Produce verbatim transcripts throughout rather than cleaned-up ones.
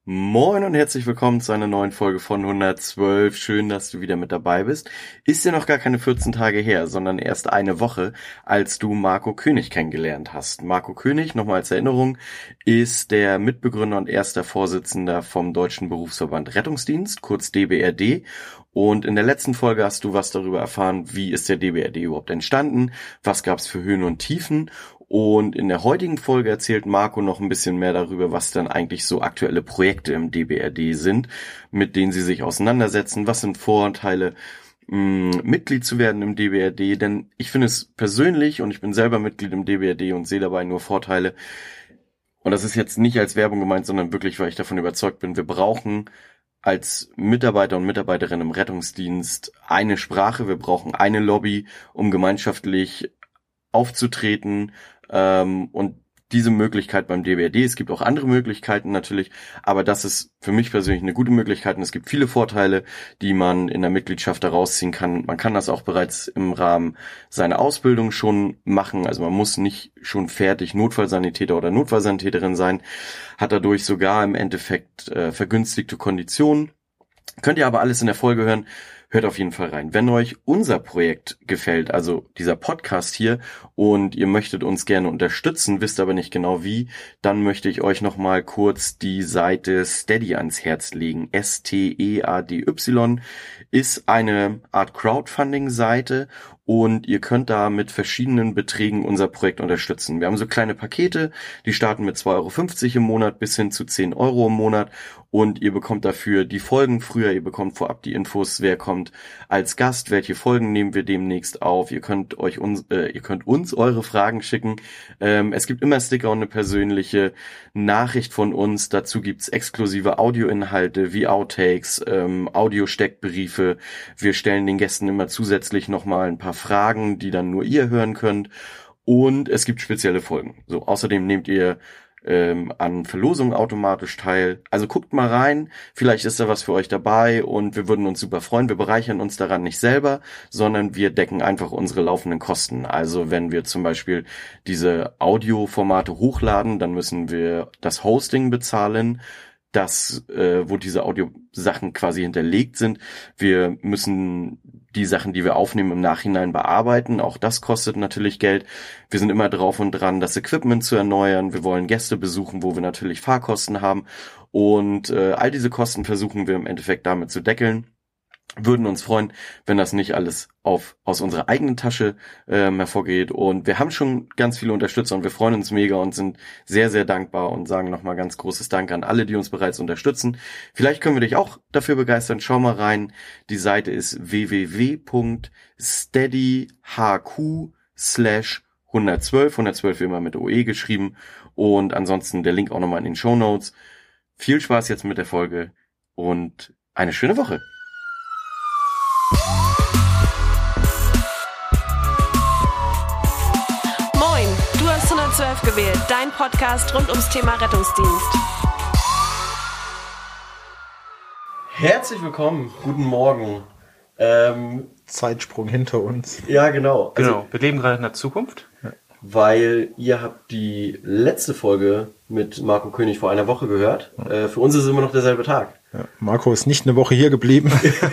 Moin und herzlich willkommen zu einer neuen Folge von hundertzwölf. Schön, dass du wieder mit dabei bist. Ist ja noch gar keine vierzehn Tage her, sondern erst eine Woche, als du Marco König kennengelernt hast. Marco König, nochmal als Erinnerung, ist der Mitbegründer und erster Vorsitzender vom Deutschen Berufsverband Rettungsdienst, kurz D B R D. Und in der letzten Folge hast du was darüber erfahren, wie ist der D B R D überhaupt entstanden, was gab's für Höhen und Tiefen. Und in der heutigen Folge erzählt Marco noch ein bisschen mehr darüber, was dann eigentlich so aktuelle Projekte im D B R D sind, mit denen sie sich auseinandersetzen. Was sind Vorteile, mh, Mitglied zu werden im D B R D? Denn ich finde es persönlich, und ich bin selber Mitglied im D B R D und sehe dabei nur Vorteile. Und das ist jetzt nicht als Werbung gemeint, sondern wirklich, weil ich davon überzeugt bin, wir brauchen als Mitarbeiter und Mitarbeiterin im Rettungsdienst eine Sprache, wir brauchen eine Lobby, um gemeinschaftlich aufzutreten, ähm, und diese Möglichkeit beim D B R D, es gibt auch andere Möglichkeiten natürlich, aber das ist für mich persönlich eine gute Möglichkeit und es gibt viele Vorteile, die man in der Mitgliedschaft daraus ziehen kann. Man kann das auch bereits im Rahmen seiner Ausbildung schon machen, also man muss nicht schon fertig Notfallsanitäter oder Notfallsanitäterin sein, hat dadurch sogar im Endeffekt äh, vergünstigte Konditionen. Könnt ihr aber alles in der Folge hören. Hört auf jeden Fall rein. Wenn euch unser Projekt gefällt, also dieser Podcast hier, und ihr möchtet uns gerne unterstützen, wisst aber nicht genau wie, dann möchte ich euch nochmal kurz die Seite Steady ans Herz legen. S T E A D Y ist eine Art Crowdfunding-Seite und ihr könnt da mit verschiedenen Beträgen unser Projekt unterstützen. Wir haben so kleine Pakete, die starten mit zwei Euro fünfzig im Monat bis hin zu zehn Euro im Monat und ihr bekommt dafür die Folgen früher, ihr bekommt vorab die Infos, wer kommt als Gast, welche Folgen nehmen wir demnächst auf. Ihr könnt euch uns, äh, ihr könnt uns eure Fragen schicken. Ähm, es gibt immer Sticker und eine persönliche Nachricht von uns. Dazu gibt's exklusive Audioinhalte wie Outtakes, ähm, Audio-Steckbriefe. Wir stellen den Gästen immer zusätzlich nochmal ein paar Fragen, die dann nur ihr hören könnt. Und es gibt spezielle Folgen. So, außerdem nehmt ihr ähm, an Verlosungen automatisch teil. Also guckt mal rein, vielleicht ist da was für euch dabei und wir würden uns super freuen. Wir bereichern uns daran nicht selber, sondern wir decken einfach unsere laufenden Kosten. Also wenn wir zum Beispiel diese Audioformate hochladen, dann müssen wir das Hosting bezahlen, das, äh, wo diese Audiosachen quasi hinterlegt sind. Wir müssen die Sachen, die wir aufnehmen, im Nachhinein bearbeiten. Auch das kostet natürlich Geld. Wir sind immer drauf und dran, das Equipment zu erneuern. Wir wollen Gäste besuchen, wo wir natürlich Fahrkosten haben. Und äh, all diese Kosten versuchen wir im Endeffekt damit zu deckeln. Würden uns freuen, wenn das nicht alles auf aus unserer eigenen Tasche ähm, hervorgeht. Und wir haben schon ganz viele Unterstützer und wir freuen uns mega und sind sehr, sehr dankbar und sagen nochmal ganz großes Dank an alle, die uns bereits unterstützen. Vielleicht können wir dich auch dafür begeistern. Schau mal rein. Die Seite ist w w w punkt steady h q slash hundertzwölf. hundertzwölf wie immer mit O E geschrieben. Und ansonsten der Link auch nochmal in den Shownotes. Viel Spaß jetzt mit der Folge und eine schöne Woche. Moin, du hast hundertzwölf gewählt, dein Podcast rund ums Thema Rettungsdienst. Herzlich willkommen, guten Morgen. Ähm, Zeitsprung hinter uns. ja, genau. Also, Genau, wir leben gerade in der Zukunft. weil ihr habt die letzte Folge mit Marco König vor einer Woche gehört. Äh, für uns ist es immer noch derselbe Tag. Ja, Marco ist nicht eine Woche hier geblieben.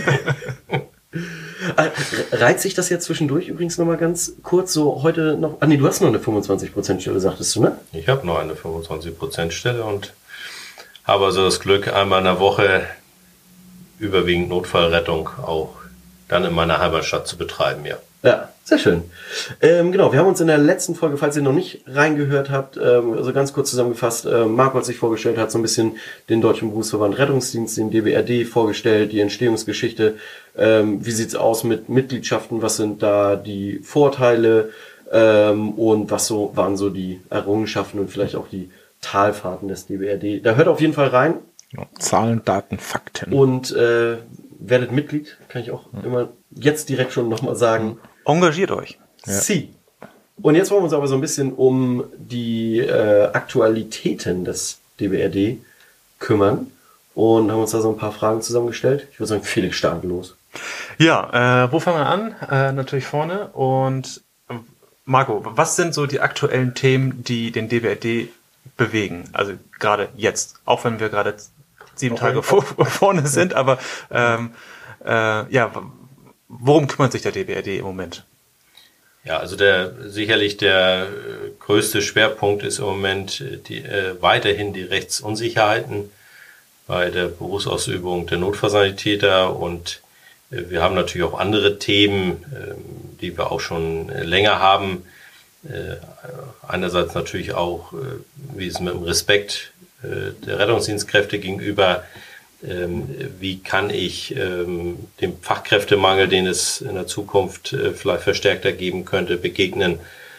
Reizt sich das jetzt zwischendurch übrigens nochmal ganz kurz, so heute noch, ah nee, du hast noch eine fünfundzwanzig Prozent Stelle, sagtest du, ne? Ich habe noch eine fünfundzwanzig Prozent Stelle und habe also das Glück, einmal in der Woche überwiegend Notfallrettung auch dann in meiner Heimatstadt zu betreiben, ja. Ja, sehr schön. Ähm, genau, wir haben uns in der letzten Folge, falls ihr noch nicht reingehört habt, ähm, also ganz kurz zusammengefasst, äh, Marco hat sich vorgestellt, hat so ein bisschen den Deutschen Berufsverband Rettungsdienst, den D B R D vorgestellt, die Entstehungsgeschichte, ähm, wie sieht's aus mit Mitgliedschaften, was sind da die Vorteile ähm, und was so waren so die Errungenschaften und vielleicht auch die Talfahrten des D B R D. Da hört auf jeden Fall rein. Ja, Zahlen, Daten, Fakten. Und äh, werdet Mitglied, kann ich auch mhm. immer jetzt direkt schon nochmal sagen. Engagiert euch. Ja. Sie. Und jetzt wollen wir uns aber so ein bisschen um die äh, Aktualitäten des D B R D kümmern und haben uns da so ein paar Fragen zusammengestellt. Ich würde sagen, Felix, starten los. Ja, äh, wo fangen wir an? Äh, natürlich vorne. Und äh, Marco, was sind so die aktuellen Themen, die den D B R D bewegen? Also gerade jetzt, auch wenn wir gerade sieben Tage vor, vorne sind, aber ähm, äh, ja, worum kümmert sich der D B R D im Moment? Ja, also der sicherlich der größte Schwerpunkt ist im Moment die, äh, weiterhin die Rechtsunsicherheiten bei der Berufsausübung der Notfallsanitäter, und äh, wir haben natürlich auch andere Themen, äh, die wir auch schon länger haben. Äh, einerseits natürlich auch, äh, wie es mit dem Respekt äh, der Rettungsdienstkräfte gegenüber, ähm, wie kann ich ähm, dem Fachkräftemangel, den es in der Zukunft äh, vielleicht verstärkter geben könnte, begegnen.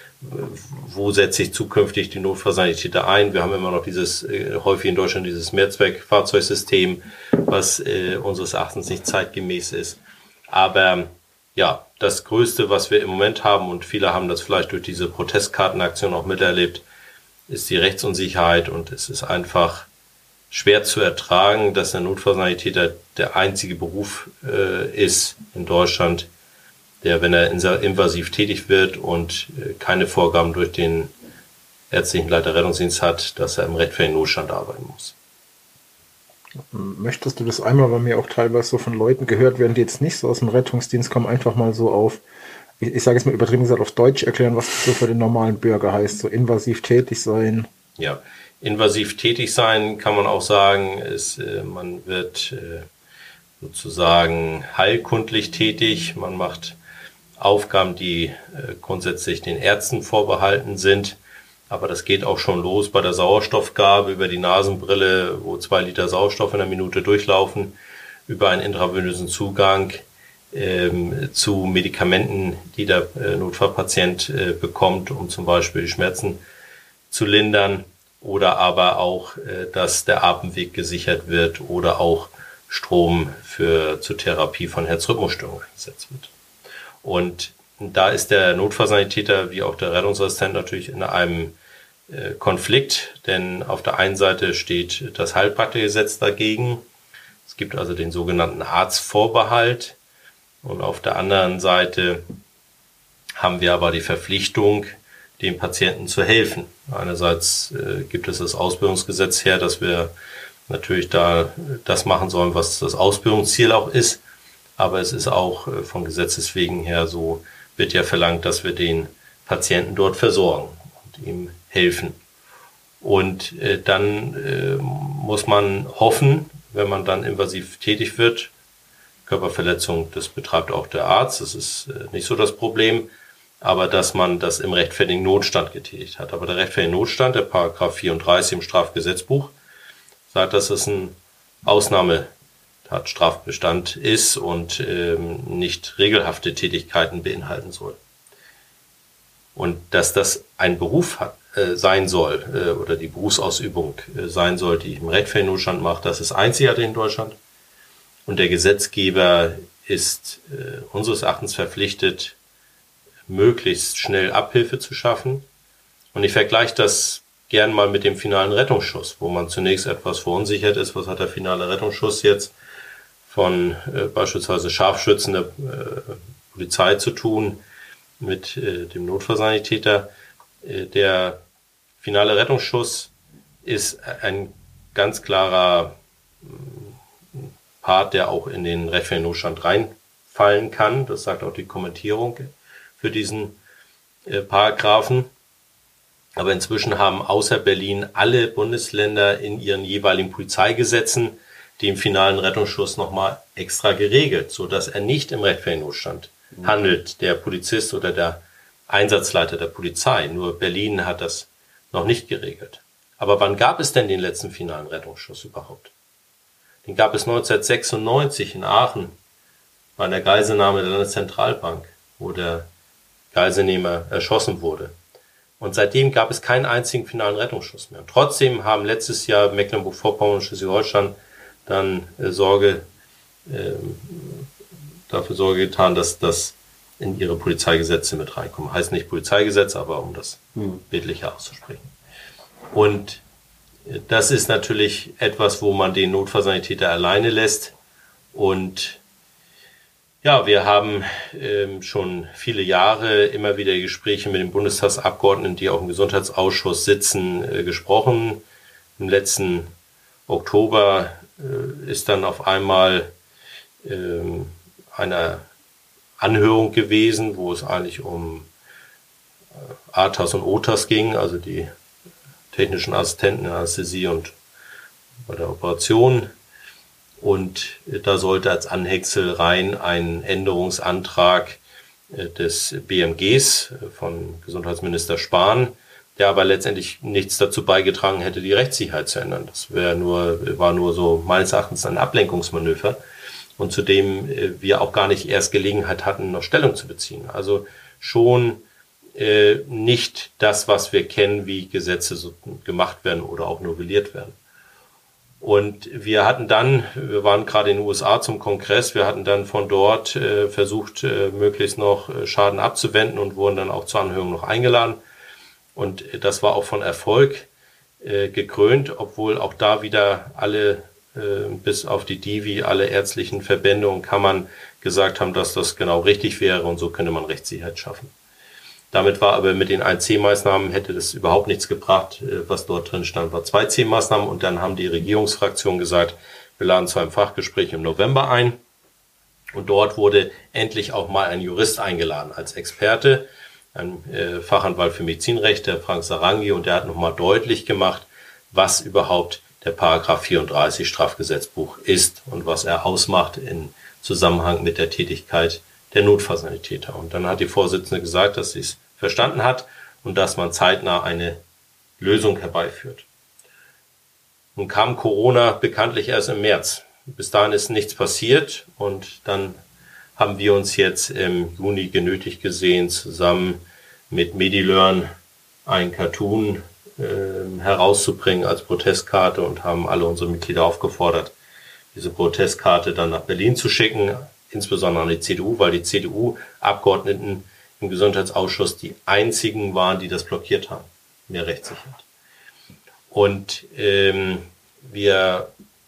Wo setze ich zukünftig die Notfallsanitäter ein? Wir haben immer noch dieses, äh, häufig in Deutschland dieses Mehrzweckfahrzeugsystem, was äh, unseres Erachtens nicht zeitgemäß ist. Aber ja, das Größte, was wir im Moment haben, und viele haben das vielleicht durch diese Protestkartenaktion auch miterlebt, ist die Rechtsunsicherheit, und es ist einfach schwer zu ertragen, dass der Notfallsanitäter der einzige Beruf äh, ist in Deutschland, der, wenn er invasiv tätig wird und äh, keine Vorgaben durch den ärztlichen Leiter Rettungsdienst hat, dass er im rechtfertigen Notstand arbeiten muss. Möchtest du das einmal, bei mir auch teilweise so von Leuten gehört werden, die jetzt nicht so aus dem Rettungsdienst kommen, einfach mal so auf, ich, ich sage jetzt mal übertrieben gesagt, auf Deutsch erklären, was das so für den normalen Bürger heißt, so invasiv tätig sein? Ja, invasiv tätig sein kann man auch sagen, ist, äh, man wird äh, sozusagen heilkundlich tätig, man macht Aufgaben, die äh, grundsätzlich den Ärzten vorbehalten sind, aber das geht auch schon los bei der Sauerstoffgabe über die Nasenbrille, wo zwei Liter Sauerstoff in der Minute durchlaufen, über einen intravenösen Zugang ähm, zu Medikamenten, die der äh, Notfallpatient äh, bekommt, um zum Beispiel die Schmerzen zu lindern, oder aber auch, äh, dass der Atemweg gesichert wird oder auch Strom für zur Therapie von Herzrhythmusstörungen eingesetzt wird. Und da ist der Notfallsanitäter wie auch der Rettungsassistent natürlich in einem äh, Konflikt, denn auf der einen Seite steht das Heilpraktikergesetz dagegen. Es gibt also den sogenannten Arztvorbehalt, und auf der anderen Seite haben wir aber die Verpflichtung, dem Patienten zu helfen. Einerseits äh, gibt es das Ausbildungsgesetz her, dass wir natürlich da das machen sollen, was das Ausbildungsziel auch ist. Aber es ist auch äh, vom Gesetzes wegen her so, wird ja verlangt, dass wir den Patienten dort versorgen und ihm helfen. Und äh, dann äh, muss man hoffen, wenn man dann invasiv tätig wird, Körperverletzung, das betreibt auch der Arzt, das ist äh, nicht so das Problem, aber dass man das im rechtfertigen Notstand getätigt hat. Aber der rechtfertige Notstand, der Paragraph vierunddreißig im Strafgesetzbuch, sagt, dass es ein Ausnahmetatstrafbestand ist und ähm, nicht regelhafte Tätigkeiten beinhalten soll. Und dass das ein Beruf hat, äh, sein soll äh, oder die Berufsausübung äh, sein soll, die im rechtfertigen Notstand macht, das ist einzigartig in Deutschland. Und der Gesetzgeber ist äh, unseres Erachtens verpflichtet, möglichst schnell Abhilfe zu schaffen. Und ich vergleiche das gern mal mit dem finalen Rettungsschuss, wo man zunächst etwas verunsichert ist. Was hat der finale Rettungsschuss jetzt von äh, beispielsweise Scharfschützen der äh, Polizei zu tun mit äh, dem Notfallsanitäter? Äh, der finale Rettungsschuss ist ein ganz klarer Part, der auch in den rechtfertigen Notstand reinfallen kann. Das sagt auch die Kommentierung für diesen äh, Paragraphen. Aber inzwischen haben außer Berlin alle Bundesländer in ihren jeweiligen Polizeigesetzen den finalen Rettungsschuss nochmal extra geregelt, so dass er nicht im rechtfertigen Notstand mhm. handelt, der Polizist oder der Einsatzleiter der Polizei. Nur Berlin hat das noch nicht geregelt. Aber wann gab es denn den letzten finalen Rettungsschuss überhaupt? Den gab es neunzehnhundertsechsundneunzig in Aachen bei der Geiselnahme der Landeszentralbank, wo der Geiselnehmer erschossen wurde. Und seitdem gab es keinen einzigen finalen Rettungsschuss mehr. Und trotzdem haben letztes Jahr Mecklenburg-Vorpommern und Schleswig-Holstein dann äh, Sorge, äh, dafür Sorge getan, dass das in ihre Polizeigesetze mit reinkommt. Heißt nicht Polizeigesetz, aber um das hm. bildlicher auszusprechen. Und äh, das ist natürlich etwas, wo man den Notfallsanitäter alleine lässt. Und ja, wir haben ähm, schon viele Jahre immer wieder Gespräche mit den Bundestagsabgeordneten, die auch im Gesundheitsausschuss sitzen, äh, gesprochen. Im letzten Oktober äh, ist dann auf einmal ähm, eine Anhörung gewesen, wo es eigentlich um äh, A T A S und O T A S ging, also die technischen Assistenten in Anästhesie und bei der Operation. Und äh, da sollte als Anhängsel rein ein Änderungsantrag äh, des B M Gs äh, von Gesundheitsminister Spahn, der aber letztendlich nichts dazu beigetragen hätte, die Rechtssicherheit zu ändern. Das wäre nur, war nur so meines Erachtens ein Ablenkungsmanöver und zu dem wir auch gar nicht erst Gelegenheit hatten, noch Stellung zu beziehen. Also schon äh, nicht das, was wir kennen, wie Gesetze so gemacht werden oder auch novelliert werden. Und wir hatten dann, wir waren gerade in den U S A zum Kongress, wir hatten dann von dort äh, versucht, äh, möglichst noch Schaden abzuwenden und wurden dann auch zur Anhörung noch eingeladen. Und das war auch von Erfolg äh, gekrönt, obwohl auch da wieder alle, äh, bis auf die Divi, alle ärztlichen Verbände und Kammern gesagt haben, dass das genau richtig wäre und so könnte man Rechtssicherheit schaffen. Damit war aber mit den eins C Maßnahmen hätte das überhaupt nichts gebracht. Äh, was dort drin stand, war zwei C Maßnahmen und dann haben die Regierungsfraktionen gesagt, wir laden zu einem Fachgespräch im November ein. Und dort wurde endlich auch mal ein Jurist eingeladen als Experte, ein äh, Fachanwalt für Medizinrecht, der Frank Sarangi, und der hat nochmal deutlich gemacht, was überhaupt der Paragraph vierunddreißig Strafgesetzbuch ist und was er ausmacht in Zusammenhang mit der Tätigkeit der Notfallsanitäter. Und dann hat die Vorsitzende gesagt, dass sie es verstanden hat und dass man zeitnah eine Lösung herbeiführt. Nun kam Corona bekanntlich erst im März. Bis dahin ist nichts passiert und dann haben wir uns jetzt im Juni genötigt gesehen, zusammen mit MediLearn ein Cartoon äh, herauszubringen als Protestkarte und haben alle unsere Mitglieder aufgefordert, diese Protestkarte dann nach Berlin zu schicken, insbesondere an die C D U, weil die C D U-Abgeordneten im Gesundheitsausschuss die einzigen waren, die das blockiert haben, mehr Rechtssicherheit. Und ähm, wir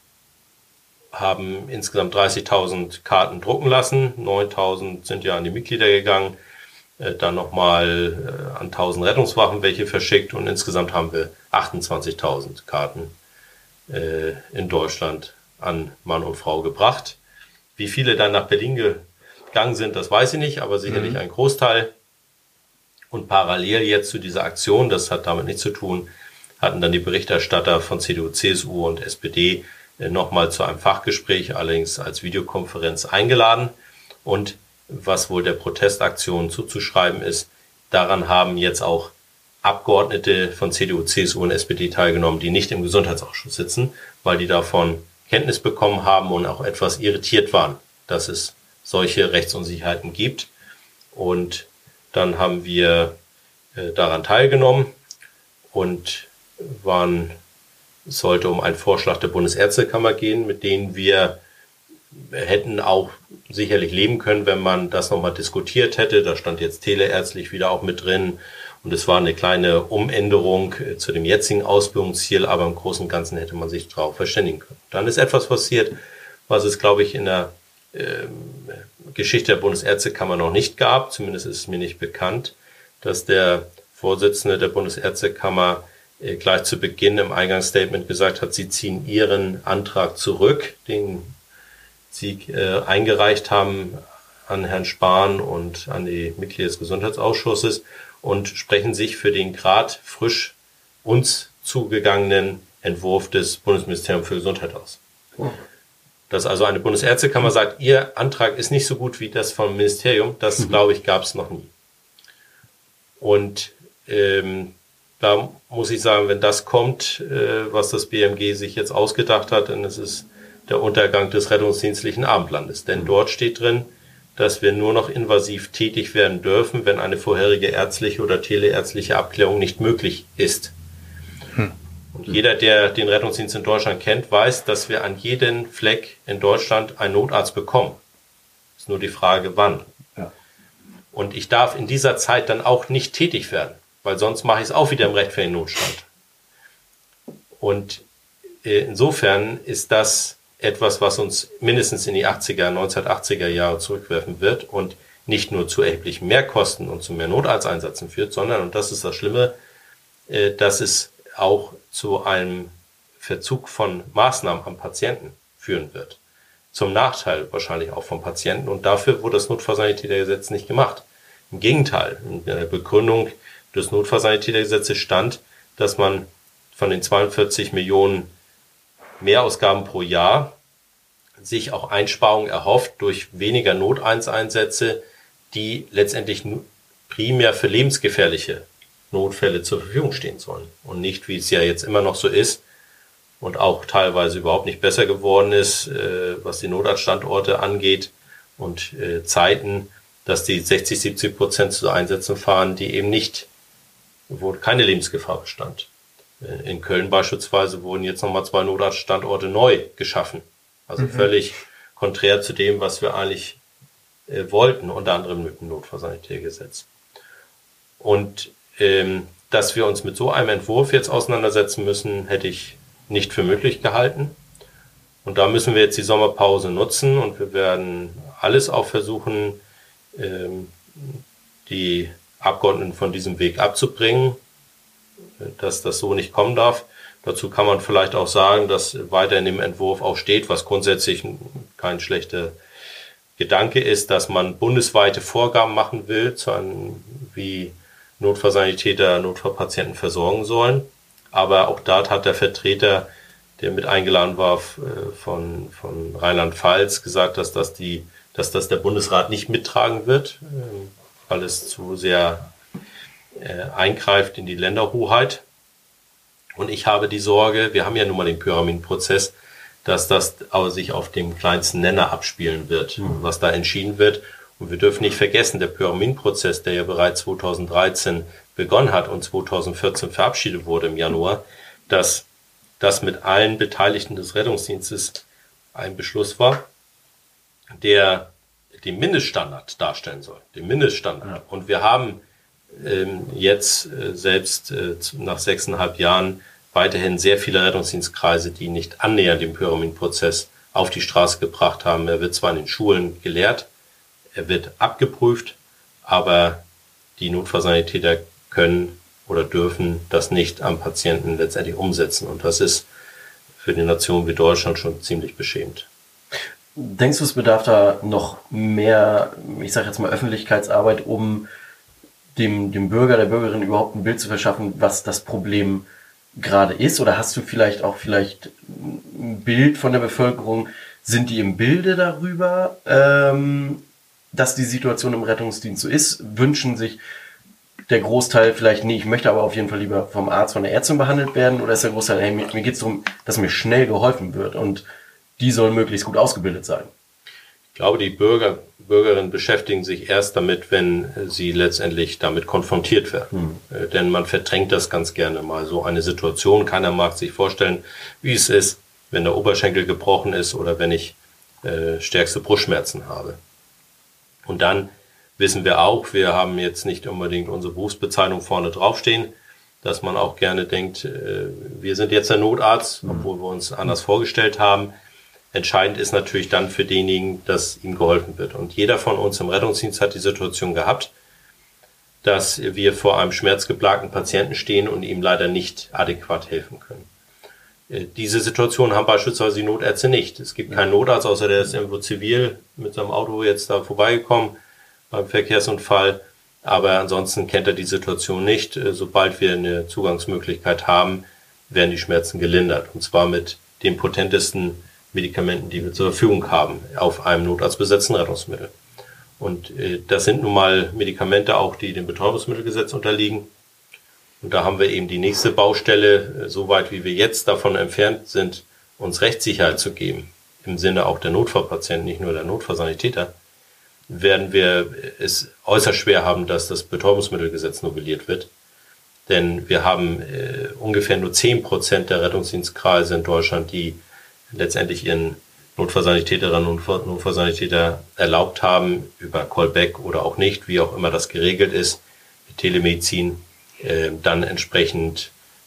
haben insgesamt dreißigtausend Karten drucken lassen, neuntausend sind ja an die Mitglieder gegangen, äh, dann nochmal äh, an tausend Rettungswachen welche verschickt und insgesamt haben wir achtundzwanzigtausend Karten äh, in Deutschland an Mann und Frau gebracht. Wie viele dann nach Berlin gegangen sind, das weiß ich nicht, aber sicherlich mhm. ein Großteil. Und parallel jetzt zu dieser Aktion, das hat damit nichts zu tun, hatten dann die Berichterstatter von C D U, C S U und S P D nochmal zu einem Fachgespräch, allerdings als Videokonferenz eingeladen. Und was wohl der Protestaktion zuzuschreiben ist, daran haben jetzt auch Abgeordnete von C D U, C S U und S P D teilgenommen, die nicht im Gesundheitsausschuss sitzen, weil die davon Kenntnis bekommen haben und auch etwas irritiert waren, dass es solche Rechtsunsicherheiten gibt. Und dann haben wir äh, daran teilgenommen und waren Es sollte um einen Vorschlag der Bundesärztekammer gehen, mit denen wir hätten auch sicherlich leben können, wenn man das nochmal diskutiert hätte. Da stand jetzt teleärztlich wieder auch mit drin. Und es war eine kleine Umänderung zu dem jetzigen Ausbildungsziel, aber im Großen und Ganzen hätte man sich darauf verständigen können. Dann ist etwas passiert, was es, glaube ich, in der äh, Geschichte der Bundesärztekammer noch nicht gab. Zumindest ist es mir nicht bekannt, dass der Vorsitzende der Bundesärztekammer gleich zu Beginn im Eingangsstatement gesagt hat, sie ziehen ihren Antrag zurück, den sie äh, eingereicht haben an Herrn Spahn und an die Mitglieder des Gesundheitsausschusses und sprechen sich für den gerade frisch uns zugegangenen Entwurf des Bundesministeriums für Gesundheit aus. Dass also eine Bundesärztekammer sagt, ihr Antrag ist nicht so gut wie das vom Ministerium, das, mhm. glaube ich, gab es noch nie. Und ähm, da muss ich sagen, wenn das kommt, äh, was das B M G sich jetzt ausgedacht hat, dann ist es der Untergang des rettungsdienstlichen Abendlandes. Denn dort steht drin, dass wir nur noch invasiv tätig werden dürfen, wenn eine vorherige ärztliche oder teleärztliche Abklärung nicht möglich ist. Und jeder, der den Rettungsdienst in Deutschland kennt, weiß, dass wir an jedem Fleck in Deutschland einen Notarzt bekommen. Ist nur die Frage, wann. Ja. Und ich darf in dieser Zeit dann auch nicht tätig werden, weil sonst mache ich es auch wieder im rechtfälligen Notstand. Und äh, insofern ist das etwas, was uns mindestens in die achtziger, neunzehnhundertachtziger Jahre zurückwerfen wird und nicht nur zu erheblichen Mehrkosten und zu mehr Notarzteinsätzen führt, sondern, und das ist das Schlimme, äh, dass es auch zu einem Verzug von Maßnahmen am Patienten führen wird. Zum Nachteil wahrscheinlich auch vom Patienten. Und dafür wurde das Notfallsanitätergesetz nicht gemacht. Im Gegenteil, in der Begründung des Notfallsanitätergesetzes stand, dass man von den zweiundvierzig Millionen Mehrausgaben pro Jahr sich auch Einsparungen erhofft durch weniger Noteinsätze, die letztendlich primär für lebensgefährliche Notfälle zur Verfügung stehen sollen. Und nicht, wie es ja jetzt immer noch so ist und auch teilweise überhaupt nicht besser geworden ist, äh, was die Notarztstandorte angeht und äh, Zeiten, dass die sechzig, siebzig Prozent zu Einsätzen fahren, die eben nicht, wo keine Lebensgefahr bestand. Äh, in Köln beispielsweise wurden jetzt nochmal zwei Notarztstandorte neu geschaffen. Also mhm. völlig konträr zu dem, was wir eigentlich äh, wollten, unter anderem mit dem Notfallsanitärgesetz. Und ähm, dass wir uns mit so einem Entwurf jetzt auseinandersetzen müssen, hätte ich nicht für möglich gehalten. Und da müssen wir jetzt die Sommerpause nutzen und wir werden alles auch versuchen, ähm, die Abgeordneten von diesem Weg abzubringen, dass das so nicht kommen darf. Dazu kann man vielleicht auch sagen, dass weiter in dem Entwurf auch steht, was grundsätzlich kein schlechter Gedanke ist, dass man bundesweite Vorgaben machen will, zu einem, wie Notfallsanitäter Notfallpatienten versorgen sollen. Aber auch dort hat der Vertreter, der mit eingeladen war von, von Rheinland-Pfalz, gesagt, dass das, die, dass das der Bundesrat nicht mittragen wird, weil es zu sehr äh, eingreift in die Länderhoheit. Und ich habe die Sorge, wir haben ja nun mal den Pyramidenprozess, dass das aber sich auf dem kleinsten Nenner abspielen wird, mhm. was da entschieden wird. Und wir dürfen nicht vergessen, der Pyramidenprozess, der ja bereits zweitausenddreizehn begonnen hat und zweitausendvierzehn verabschiedet wurde im Januar, dass das mit allen Beteiligten des Rettungsdienstes ein Beschluss war, der den Mindeststandard darstellen soll, den Mindeststandard. Ja. Und wir haben ähm, jetzt äh, selbst äh, nach sechseinhalb Jahren weiterhin sehr viele Rettungsdienstkreise, die nicht annähernd den Pyramidenprozess auf die Straße gebracht haben. Er wird zwar in den Schulen gelehrt, er wird abgeprüft, aber die Notfallsanitäter können oder dürfen das nicht am Patienten letztendlich umsetzen. Und das ist für die Nation wie Deutschland schon ziemlich beschämend. Denkst du, es bedarf da noch mehr, ich sage jetzt mal, Öffentlichkeitsarbeit, um dem, dem Bürger, der Bürgerin überhaupt ein Bild zu verschaffen, was das Problem gerade ist? Oder hast du vielleicht auch vielleicht ein Bild von der Bevölkerung? Sind die im Bilde darüber, ähm, dass die Situation im Rettungsdienst so ist? Wünschen sich der Großteil vielleicht, nee, ich möchte aber auf jeden Fall lieber vom Arzt, von der Ärztin behandelt werden? Oder ist der Großteil, hey, mir, mir geht es darum, dass mir schnell geholfen wird und die sollen möglichst gut ausgebildet sein? Ich glaube, die Bürger, Bürgerinnen beschäftigen sich erst damit, wenn sie letztendlich damit konfrontiert werden. Hm. Denn man verdrängt das ganz gerne mal, so eine Situation. Keiner mag sich vorstellen, wie es ist, wenn der Oberschenkel gebrochen ist oder wenn ich äh, stärkste Brustschmerzen habe. Und dann wissen wir auch, wir haben jetzt nicht unbedingt unsere Berufsbezeichnung vorne draufstehen, dass man auch gerne denkt, äh, wir sind jetzt der Notarzt, obwohl wir uns anders vorgestellt haben. Entscheidend ist natürlich dann für denjenigen, dass ihm geholfen wird. Und jeder von uns im Rettungsdienst hat die Situation gehabt, dass wir vor einem schmerzgeplagten Patienten stehen und ihm leider nicht adäquat helfen können. Äh, diese Situation haben beispielsweise die Notärzte nicht. Es gibt keinen Notarzt, außer der ist irgendwo zivil mit seinem Auto jetzt da vorbeigekommen beim Verkehrsunfall. Aber ansonsten kennt er die Situation nicht. Sobald wir eine Zugangsmöglichkeit haben, werden die Schmerzen gelindert. Und zwar mit den potentesten Medikamenten, die wir zur Verfügung haben, auf einem notarztbesetzten Rettungsmittel. Und äh, das sind nun mal Medikamente auch, die dem Betäubungsmittelgesetz unterliegen. Und da haben wir eben die nächste Baustelle, äh, so weit wie wir jetzt davon entfernt sind, uns Rechtssicherheit zu geben, im Sinne auch der Notfallpatienten, nicht nur der Notfallsanitäter, werden wir es äußerst schwer haben, dass das Betäubungsmittelgesetz novelliert wird. Denn wir haben äh, ungefähr nur zehn Prozent der Rettungsdienstkreise in Deutschland, die letztendlich ihren Notfallsanitäterinnen und Notfallsanitäter erlaubt haben, über Callback oder auch nicht, wie auch immer das geregelt ist, mit Telemedizin, äh, dann entsprechend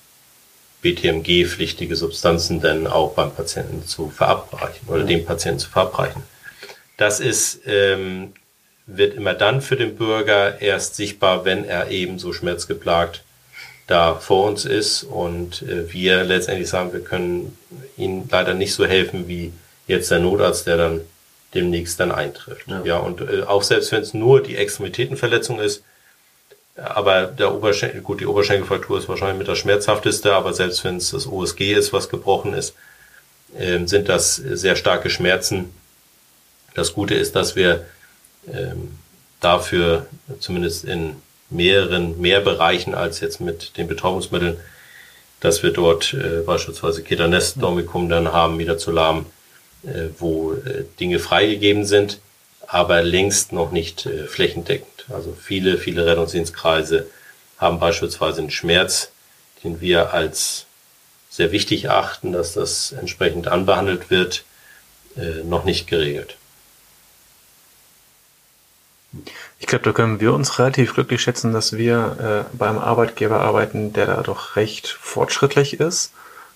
B T M G-pflichtige Substanzen dann auch beim Patienten zu verabreichen oder dem Patienten zu verabreichen. Das ist, ähm, wird immer dann für den Bürger erst sichtbar, wenn er eben so schmerzgeplagt da vor uns ist und äh, wir letztendlich sagen, wir können Ihnen leider nicht so helfen, wie jetzt der Notarzt, der dann demnächst dann eintrifft. Ja, ja und äh, auch selbst wenn es nur die Extremitätenverletzung ist, aber der Oberschenkel, gut, die Oberschenkelfraktur ist wahrscheinlich mit das schmerzhafteste, aber selbst wenn es das O S G ist, was gebrochen ist, äh, sind das sehr starke Schmerzen. Das Gute ist, dass wir ähm, dafür zumindest in mehreren, mehr Bereichen als jetzt mit den Betäubungsmitteln, dass wir dort äh, beispielsweise Ketanes, Dormicum dann haben, Midazolam, äh, wo äh, Dinge freigegeben sind, aber längst noch nicht äh, flächendeckend. Also viele, viele Rettungsdienstkreise haben beispielsweise einen Schmerz, den wir als sehr wichtig achten, dass das entsprechend anbehandelt wird, äh, noch nicht geregelt. Ich glaube, da können wir uns relativ glücklich schätzen, dass wir äh, beim Arbeitgeber arbeiten, der da doch recht fortschrittlich ist.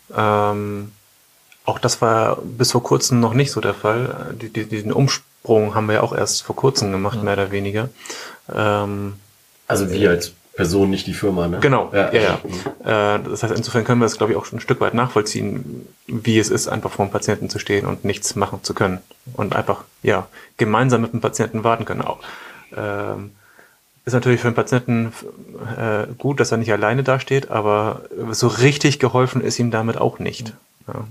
Ähm, auch das war bis vor kurzem noch nicht so der Fall. Die, die, diesen Umsprung haben wir ja auch erst vor kurzem gemacht, ja. mehr oder weniger. Ähm, also wir als Person, nicht die Firma, ne? Genau, ja, ja. ja. Äh, das heißt, insofern können wir es, glaube ich, auch schon ein Stück weit nachvollziehen, wie es ist, einfach vor dem Patienten zu stehen und nichts machen zu können. Und einfach, ja, gemeinsam mit dem Patienten warten können auch. Ähm, ist natürlich für den Patienten äh, gut, dass er nicht alleine dasteht, aber so richtig geholfen ist ihm damit auch nicht. Ja,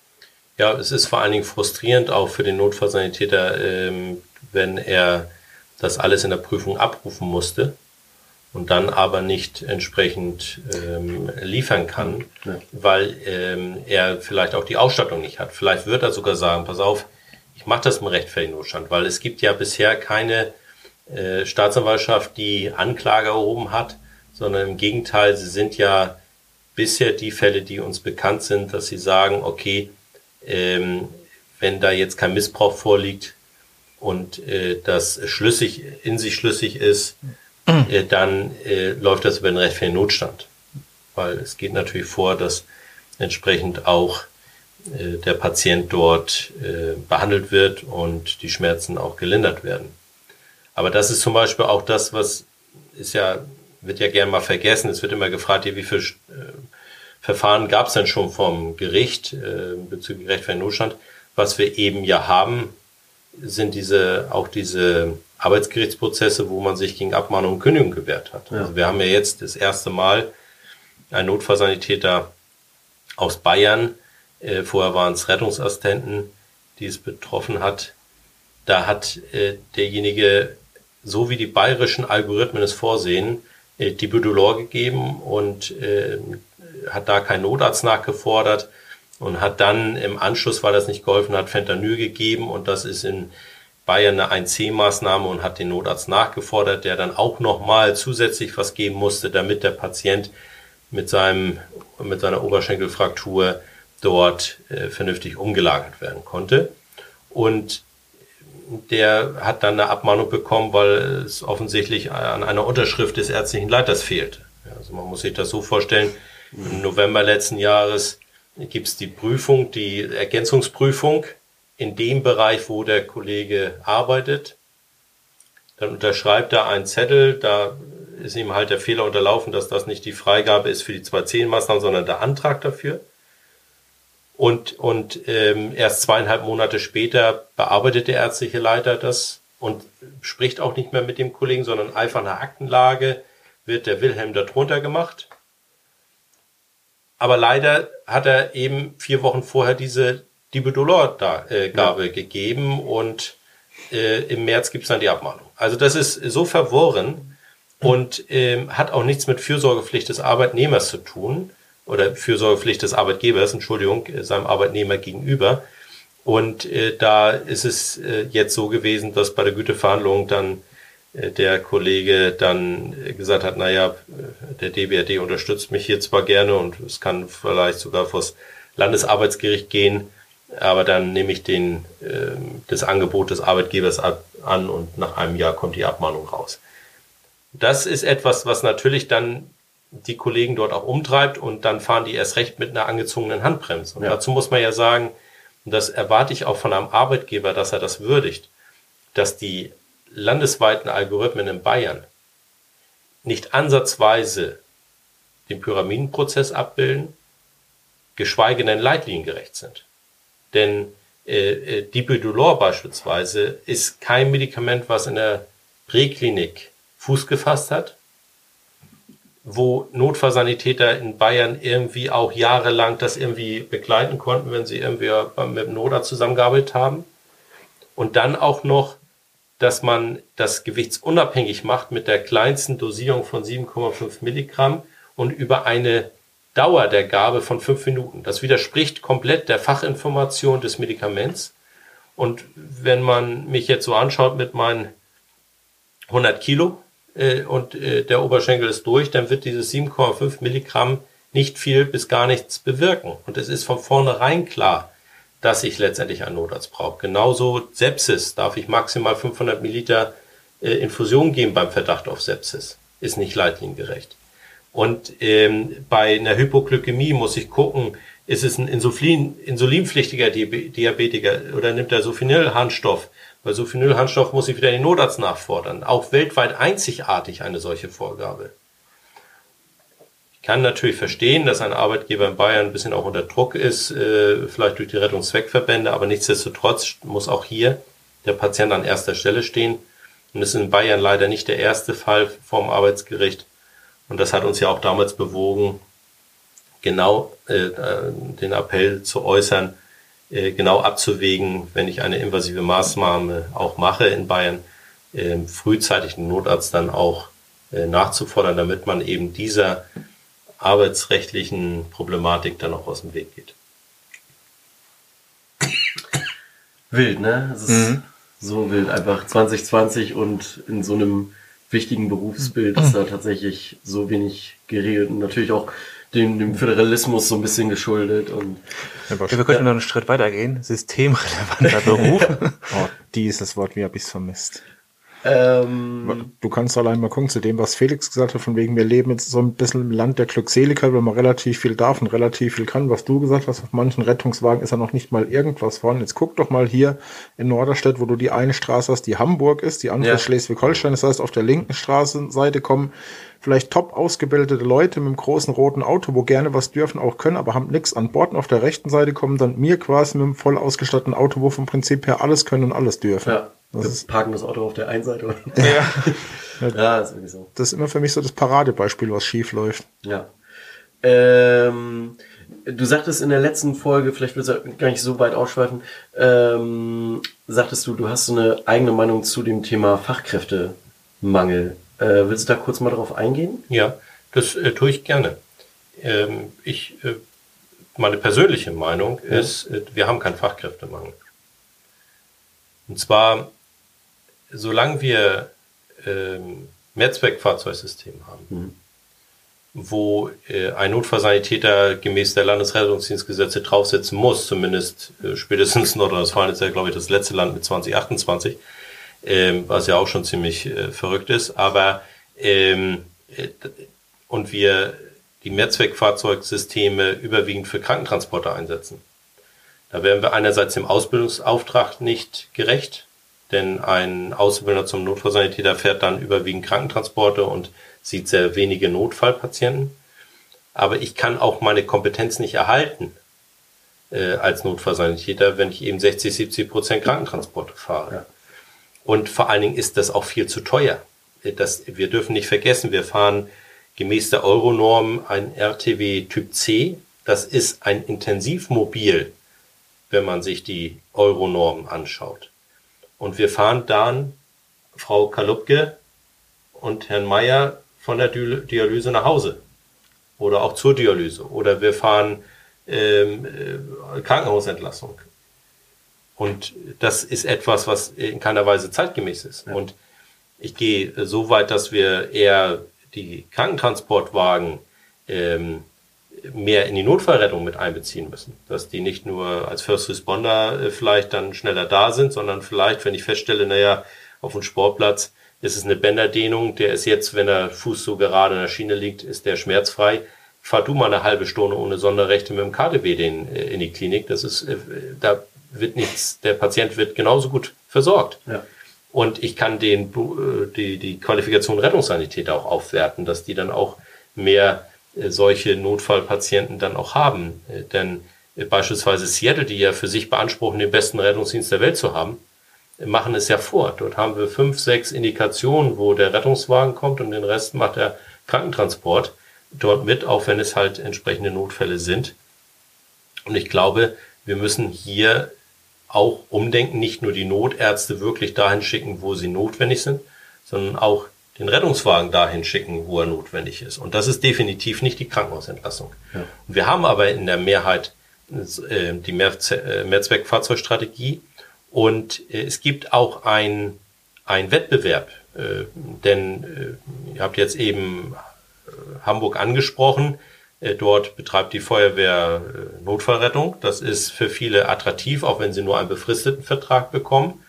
ja es ist vor allen Dingen frustrierend auch für den Notfallsanitäter, ähm, wenn er das alles in der Prüfung abrufen musste und dann aber nicht entsprechend ähm, liefern kann, ja. weil ähm, er vielleicht auch die Ausstattung nicht hat. Vielleicht wird er sogar sagen, pass auf, ich mache das im rechtfertigen Notstand, weil es gibt ja bisher keine Äh, Staatsanwaltschaft, die Anklage erhoben hat, sondern im Gegenteil, sie sind ja bisher die Fälle, die uns bekannt sind, dass sie sagen, okay, ähm, wenn da jetzt kein Missbrauch vorliegt und äh, das schlüssig, in sich schlüssig ist, äh, dann äh, läuft das über den rechtfertigen Notstand. Weil es geht natürlich vor, dass entsprechend auch äh, der Patient dort äh, behandelt wird und die Schmerzen auch gelindert werden. Aber das ist zum Beispiel auch das, was ist ja, wird ja gern mal vergessen. Es wird immer gefragt, wie viele äh, Verfahren gab es denn schon vom Gericht äh, bezüglich rechtfertigen Notstand. Was wir eben ja haben, sind diese auch diese Arbeitsgerichtsprozesse, wo man sich gegen Abmahnung und Kündigung gewehrt hat. Ja. Also wir haben ja jetzt das erste Mal einen Notfallsanitäter aus Bayern, äh, vorher waren es Rettungsassistenten, die es betroffen hat. Da hat äh, derjenige, so wie die bayerischen Algorithmen es vorsehen, äh, Dibudolor gegeben und äh, hat da keinen Notarzt nachgefordert und hat dann im Anschluss, weil das nicht geholfen hat, Fentanyl gegeben und das ist in Bayern eine eins C Maßnahme und hat den Notarzt nachgefordert, der dann auch nochmal zusätzlich was geben musste, damit der Patient mit seinem mit seiner Oberschenkelfraktur dort äh, vernünftig umgelagert werden konnte. Und der hat dann eine Abmahnung bekommen, weil es offensichtlich an einer Unterschrift des ärztlichen Leiters fehlte. Also man muss sich das so vorstellen, im November letzten Jahres gibt es die Prüfung, die Ergänzungsprüfung in dem Bereich, wo der Kollege arbeitet. Dann unterschreibt er einen Zettel, da ist ihm halt der Fehler unterlaufen, dass das nicht die Freigabe ist für die zwei zehn Maßnahmen, sondern der Antrag dafür. Und, und ähm, erst zweieinhalb Monate später bearbeitet der ärztliche Leiter das und spricht auch nicht mehr mit dem Kollegen, sondern einfach nach Aktenlage wird der Wilhelm darunter gemacht. Aber leider hat er eben vier Wochen vorher diese Dibudolor-Gabe ja. gegeben und äh, im März gibt's dann die Abmahnung. Also das ist so verworren und ähm, hat auch nichts mit Fürsorgepflicht des Arbeitnehmers zu tun. Oder Fürsorgepflicht des Arbeitgebers, Entschuldigung, seinem Arbeitnehmer gegenüber. Und äh, da ist es äh, jetzt so gewesen, dass bei der Güteverhandlung dann äh, der Kollege dann äh, gesagt hat, naja, der D B R D unterstützt mich hier zwar gerne und es kann vielleicht sogar vors Landesarbeitsgericht gehen, aber dann nehme ich den, äh, das Angebot des Arbeitgebers ab, an und nach einem Jahr kommt die Abmahnung raus. Das ist etwas, was natürlich dann die Kollegen dort auch umtreibt und dann fahren die erst recht mit einer angezogenen Handbremse. Und ja. dazu muss man ja sagen, und das erwarte ich auch von einem Arbeitgeber, dass er das würdigt, dass die landesweiten Algorithmen in Bayern nicht ansatzweise den Pyramidenprozess abbilden, geschweige denn leitliniengerecht sind. Denn Äh, Dipidolor beispielsweise ist kein Medikament, was in der Präklinik Fuß gefasst hat, wo Notfallsanitäter in Bayern irgendwie auch jahrelang das irgendwie begleiten konnten, wenn sie irgendwie mit dem Notarzt zusammengearbeitet haben. Und dann auch noch, dass man das gewichtsunabhängig macht mit der kleinsten Dosierung von sieben Komma fünf Milligramm und über eine Dauer der Gabe von fünf Minuten. Das widerspricht komplett der Fachinformation des Medikaments. Und wenn man mich jetzt so anschaut mit meinen hundert Kilo äh, und äh, der Oberschenkel ist durch, dann wird dieses sieben Komma fünf Milligramm nicht viel bis gar nichts bewirken. Und es ist von vornherein klar, dass ich letztendlich einen Notarzt brauche. Genauso Sepsis darf ich maximal fünfhundert Milliliter äh, Infusion geben beim Verdacht auf Sepsis. Ist nicht leitliniengerecht. Und ähm, bei einer Hypoglykämie muss ich gucken, ist es ein Insulin, insulinpflichtiger Diabetiker oder nimmt er Sulfonylharnstoff? Bei Sulfonylharnstoff muss ich wieder den Notarzt nachfordern. Auch weltweit einzigartig eine solche Vorgabe. Ich kann natürlich verstehen, dass ein Arbeitgeber in Bayern ein bisschen auch unter Druck ist, äh, vielleicht durch die Rettungszweckverbände, aber nichtsdestotrotz muss auch hier der Patient an erster Stelle stehen. Und das ist in Bayern leider nicht der erste Fall vom Arbeitsgericht. Und das hat uns ja auch damals bewogen, genau äh, den Appell zu äußern, äh, genau abzuwägen, wenn ich eine invasive Maßnahme auch mache in Bayern, äh, frühzeitig den Notarzt dann auch äh, nachzufordern, damit man eben dieser arbeitsrechtlichen Problematik dann auch aus dem Weg geht. Wild, ne? Es ist mhm. so wild, einfach zwanzig zwanzig und in so einem wichtigen Berufsbild ist da tatsächlich so wenig geregelt und natürlich auch dem, dem Föderalismus so ein bisschen geschuldet. Und ja, wir könnten noch einen Schritt weitergehen. Systemrelevanter Beruf. Oh, dieses Wort, wie habe ich es vermisst? Ähm, du kannst allein mal gucken zu dem, was Felix gesagt hat, von wegen, wir leben jetzt so ein bisschen im Land der Glückseligkeit, weil man relativ viel darf und relativ viel kann. Was du gesagt hast, auf manchen Rettungswagen ist ja noch nicht mal irgendwas vorhanden. Jetzt guck doch mal hier in Norderstedt, wo du die eine Straße hast, die Hamburg ist, die andere ja. Schleswig-Holstein. Das heißt, auf der linken Straßenseite kommen vielleicht top ausgebildete Leute mit einem großen roten Auto, wo gerne was dürfen, auch können, aber haben nichts an Bord. Und auf der rechten Seite kommen dann mir quasi mit einem voll ausgestatteten Auto, wo vom Prinzip her alles können und alles dürfen. Ja. Das wir ist, parken das Auto auf der einen Seite. Oder? Ja. ja, ist irgendwie so. Das ist immer für mich so das Paradebeispiel, was schief läuft. Ja. Ähm, du sagtest in der letzten Folge, vielleicht willst du gar nicht so weit ausschweifen, ähm, sagtest du, du hast so eine eigene Meinung zu dem Thema Fachkräftemangel. Äh, willst du da kurz mal drauf eingehen? Ja, das äh, tue ich gerne. Ähm, ich, äh, meine persönliche Meinung ja. ist, äh, wir haben keinen Fachkräftemangel. Und zwar, solange wir ähm, Mehrzweckfahrzeugsystem haben, mhm. wo äh, ein Notfallsanitäter gemäß der Landesrettungsdienstgesetze draufsetzen muss, zumindest äh, spätestens Nordrhein-Westfalen ist ja, glaube ich, das letzte Land mit zwanzig achtundzwanzig, ähm, was ja auch schon ziemlich äh, verrückt ist, aber ähm, äh, und wir die Mehrzweckfahrzeugsysteme überwiegend für Krankentransporte einsetzen. Da werden wir einerseits dem Ausbildungsauftrag nicht gerecht, denn ein Auszubildender zum Notfallsanitäter fährt dann überwiegend Krankentransporte und sieht sehr wenige Notfallpatienten. Aber ich kann auch meine Kompetenz nicht erhalten äh, als Notfallsanitäter, wenn ich eben sechzig, siebzig Prozent Krankentransporte fahre. Ja. Und vor allen Dingen ist das auch viel zu teuer. Das, wir dürfen nicht vergessen, wir fahren gemäß der Euronorm ein R T W Typ C. Das ist ein Intensivmobil, wenn man sich die Euronorm anschaut. Und wir fahren dann Frau Kalupke und Herrn Meier von der Dialyse nach Hause. Oder auch zur Dialyse. Oder wir fahren ähm, äh, Krankenhausentlassung. Und das ist etwas, was in keiner Weise zeitgemäß ist. Ja. Und ich gehe so weit, dass wir eher die Krankentransportwagen ähm, mehr in die Notfallrettung mit einbeziehen müssen. Dass die nicht nur als First Responder äh, vielleicht dann schneller da sind, sondern vielleicht, wenn ich feststelle, naja, auf dem Sportplatz ist es eine Bänderdehnung, der ist jetzt, wenn der Fuß so gerade in der Schiene liegt, ist der schmerzfrei. Fahr du mal eine halbe Stunde ohne Sonderrechte mit dem K D W den, äh, in die Klinik. Das ist, äh, da wird nichts, der Patient wird genauso gut versorgt. Ja. Und ich kann den, äh, die, die Qualifikation Rettungssanitäter auch aufwerten, dass die dann auch mehr solche Notfallpatienten dann auch haben. Denn beispielsweise Seattle, die ja für sich beanspruchen, den besten Rettungsdienst der Welt zu haben, machen es ja vor. Dort haben wir fünf, sechs Indikationen, wo der Rettungswagen kommt und den Rest macht der Krankentransport dort mit, auch wenn es halt entsprechende Notfälle sind. Und ich glaube, wir müssen hier auch umdenken, nicht nur die Notärzte wirklich dahin schicken, wo sie notwendig sind, sondern auch den Rettungswagen dahin schicken, wo er notwendig ist. Und das ist definitiv nicht die Krankenhausentlassung. Ja. Wir haben aber in der Mehrheit äh, die Mehr- Mehrzweckfahrzeugstrategie und äh, es gibt auch ein, ein Wettbewerb, äh, denn äh, ihr habt jetzt eben äh, Hamburg angesprochen. Äh, dort betreibt die Feuerwehr äh, Notfallrettung. Das ist für viele attraktiv, auch wenn sie nur einen befristeten Vertrag bekommen.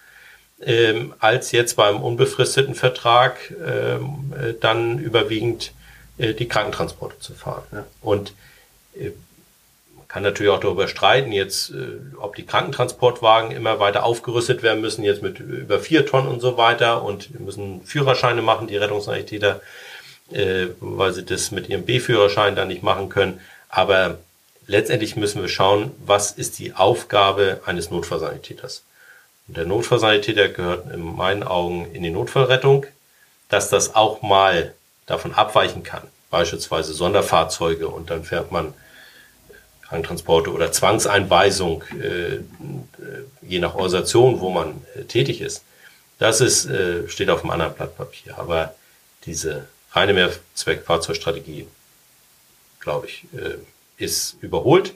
Ähm, als jetzt beim unbefristeten Vertrag ähm, äh, dann überwiegend äh, die Krankentransporte zu fahren. Ja. Und äh, man kann natürlich auch darüber streiten, jetzt, äh, ob die Krankentransportwagen immer weiter aufgerüstet werden müssen, jetzt mit über vier Tonnen und so weiter, und wir müssen Führerscheine machen, die Rettungssanitäter, äh, weil sie das mit ihrem B-Führerschein dann nicht machen können. Aber letztendlich müssen wir schauen, was ist die Aufgabe eines Notfallsanitäters. Und der Notfallsanitäter gehört in meinen Augen in die Notfallrettung, dass das auch mal davon abweichen kann. Beispielsweise Sonderfahrzeuge, und dann fährt man Krankentransporte oder Zwangseinweisung, äh, je nach Organisation, wo man äh, tätig ist. Das ist, äh, steht auf einem anderen Blatt Papier. Aber diese reine Mehrzweckfahrzeugstrategie, glaube ich, äh, ist überholt.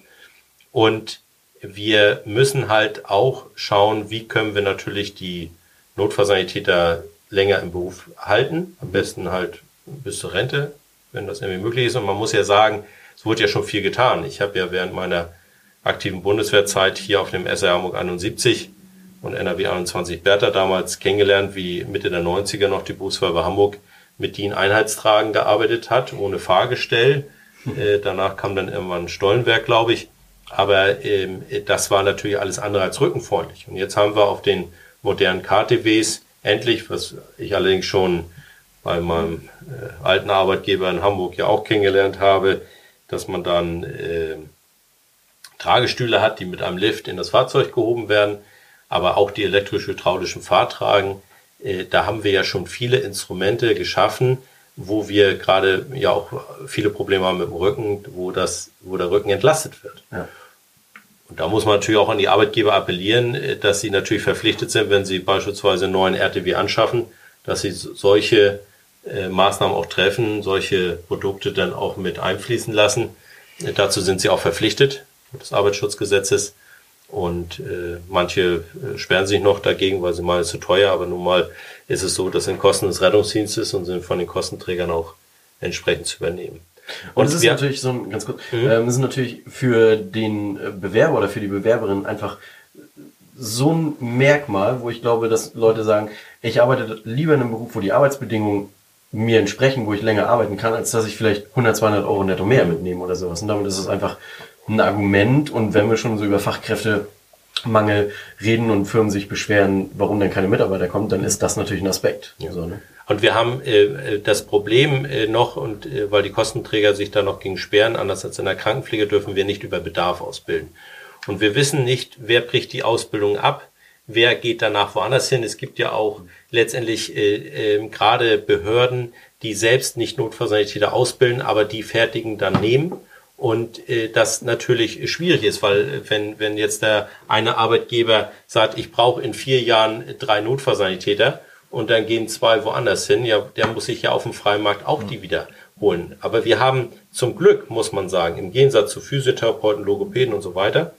Und wir müssen halt auch schauen, wie können wir natürlich die Notfallsanitäter länger im Beruf halten. Am besten halt bis zur Rente, wenn das irgendwie möglich ist. Und man muss ja sagen, es wurde ja schon viel getan. Ich habe ja während meiner aktiven Bundeswehrzeit hier auf dem S R Hamburg einundsiebzig und N R W einundzwanzig Bertha damals kennengelernt, wie Mitte der neunziger noch die Berufsfeuerwehr Hamburg mit D I N-Einheitstragen gearbeitet hat, ohne Fahrgestell. Äh, danach kam dann irgendwann Stollenberg, glaube ich. Aber ähm, das war natürlich alles andere als rückenfreundlich. Und jetzt haben wir auf den modernen K T Ws endlich, was ich allerdings schon bei meinem äh, alten Arbeitgeber in Hamburg ja auch kennengelernt habe, dass man dann äh, Tragestühle hat, die mit einem Lift in das Fahrzeug gehoben werden, aber auch die elektrisch-hydraulischen Fahrtragen. Äh, da haben wir ja schon viele Instrumente geschaffen, wo wir gerade ja auch viele Probleme haben mit dem Rücken, wo das, wo der Rücken entlastet wird. Ja. Und da muss man natürlich auch an die Arbeitgeber appellieren, dass sie natürlich verpflichtet sind, wenn sie beispielsweise einen neuen R T W anschaffen, dass sie solche äh, Maßnahmen auch treffen, solche Produkte dann auch mit einfließen lassen. Äh, dazu sind sie auch verpflichtet, des Arbeitsschutzgesetzes. Und äh, manche äh, sperren sich noch dagegen, weil sie meinen, es ist zu teuer. Aber nun mal ist es so, das sind Kosten des Rettungsdienstes und sind von den Kostenträgern auch entsprechend zu übernehmen. Und es ist natürlich so ein, ganz kurz, mhm. ähm, es ist natürlich für den Bewerber oder für die Bewerberin einfach so ein Merkmal, wo ich glaube, dass Leute sagen, ich arbeite lieber in einem Beruf, wo die Arbeitsbedingungen mir entsprechen, wo ich länger arbeiten kann, als dass ich vielleicht hundert, zweihundert Euro netto mehr mitnehme oder sowas. Und damit ist es einfach ein Argument. Und wenn wir schon so über Fachkräftemangel reden und Firmen sich beschweren, warum denn keine Mitarbeiter kommen, dann ist das natürlich ein Aspekt. Ja. So, ne? Und wir haben äh, das Problem äh, noch, und äh, weil die Kostenträger sich da noch gegen sperren, anders als in der Krankenpflege, dürfen wir nicht über Bedarf ausbilden. Und wir wissen nicht, wer bricht die Ausbildung ab, wer geht danach woanders hin. Es gibt ja auch letztendlich äh, äh, gerade Behörden, die selbst nicht Notfallsanitäter ausbilden, aber die fertigen dann nehmen. Und äh, das natürlich schwierig ist, weil wenn wenn jetzt der eine Arbeitgeber sagt, ich brauche in vier Jahren drei Notfallsanitäter, und dann gehen zwei woanders hin, ja, der muss sich ja auf dem freien Markt auch die wieder holen. Aber wir haben zum Glück, muss man sagen, im Gegensatz zu Physiotherapeuten, Logopäden und so weiter,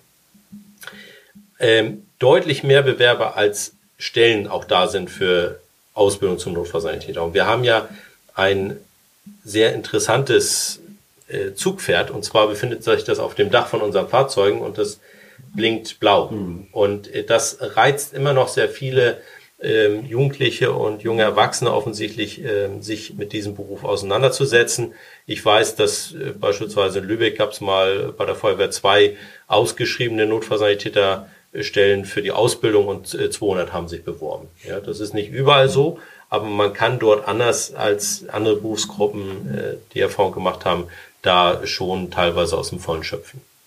ähm, deutlich mehr Bewerber als Stellen auch da sind für Ausbildung zum Notfallsanitäter. Und wir haben ja ein sehr interessantes äh, Zugpferd, und zwar befindet sich das auf dem Dach von unseren Fahrzeugen und das blinkt blau. Mhm. Und äh, das reizt immer noch sehr viele Ähm, Jugendliche und junge Erwachsene offensichtlich ähm, sich mit diesem Beruf auseinanderzusetzen. Ich weiß, dass äh, beispielsweise in Lübeck gab es mal bei der Feuerwehr zwei ausgeschriebene Notfallsanitäterstellen für die Ausbildung und äh, zweihundert haben sich beworben. Ja, das ist nicht überall so, aber man kann dort anders als andere Berufsgruppen, äh, die Erfahrung gemacht haben, da schon teilweise aus dem Vollen schöpfen.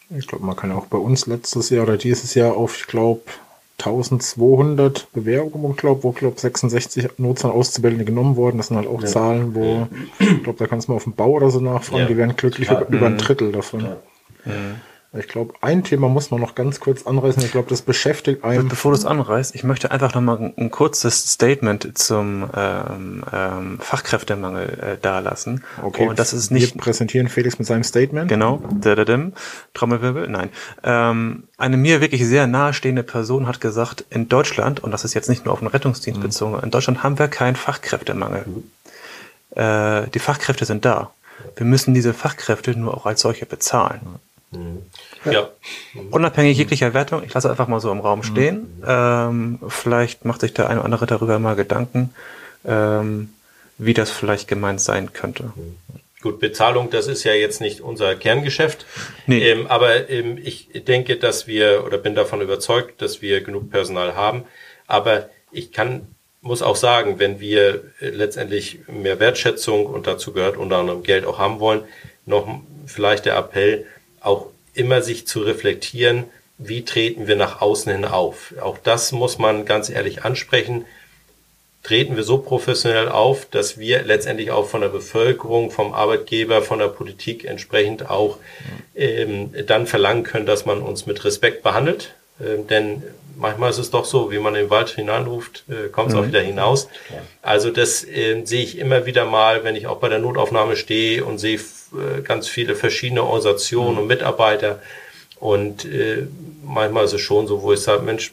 Ich glaube, man kann auch bei uns letztes Jahr oder dieses Jahr auf, ich glaube, eintausendzweihundert Bewerbungen, glaub, wo, glaube sechsundsechzig Nutzer Auszubildende genommen wurden. Das sind halt auch ja. Zahlen, wo, ja. ich glaube, da kannst du mal auf dem Bau oder so nachfragen, ja. die werden glücklich über, über ein Drittel davon. Ja. Ja. Ich glaube, ein Thema muss man noch ganz kurz anreißen. Ich glaube, das beschäftigt einen. Bevor du es anreißt, ich möchte einfach noch mal ein, ein kurzes Statement zum ähm, ähm, Fachkräftemangel äh, dalassen. Okay. Und das ist nicht. Wir präsentieren Felix mit seinem Statement. Genau. Dadadam. Trommelwirbel. Nein. Ähm, eine mir wirklich sehr nahestehende Person hat gesagt, in Deutschland, und das ist jetzt nicht nur auf den Rettungsdienst mhm. bezogen, in Deutschland haben wir keinen Fachkräftemangel. Mhm. Äh, die Fachkräfte sind da. Wir müssen diese Fachkräfte nur auch als solche bezahlen. Mhm. Ja. Unabhängig jeglicher Wertung, ich lasse einfach mal so im Raum stehen. Mhm. Ähm, vielleicht macht sich der eine oder andere darüber mal Gedanken, ähm, wie das vielleicht gemeint sein könnte. Mhm. Gut, Bezahlung, das ist ja jetzt nicht unser Kerngeschäft. Nee. Ähm, aber ähm, ich denke, dass wir, oder bin davon überzeugt, dass wir genug Personal haben. Aber ich kann, muss auch sagen, wenn wir äh, letztendlich mehr Wertschätzung, und dazu gehört unter anderem Geld, auch haben wollen, noch vielleicht der Appell, auch immer sich zu reflektieren, wie treten wir nach außen hin auf. Auch das muss man ganz ehrlich ansprechen. Treten wir so professionell auf, dass wir letztendlich auch von der Bevölkerung, vom Arbeitgeber, von der Politik entsprechend auch ähm, dann verlangen können, dass man uns mit Respekt behandelt. Ähm, denn manchmal ist es doch so, wie man in den Wald hineinruft, äh, kommt es mhm. auch wieder hinaus. Also das äh, sehe ich immer wieder mal, wenn ich auch bei der Notaufnahme stehe und sehe äh, ganz viele verschiedene Organisationen mhm. und Mitarbeiter. Und äh, manchmal ist es schon so, wo ich sage, Mensch,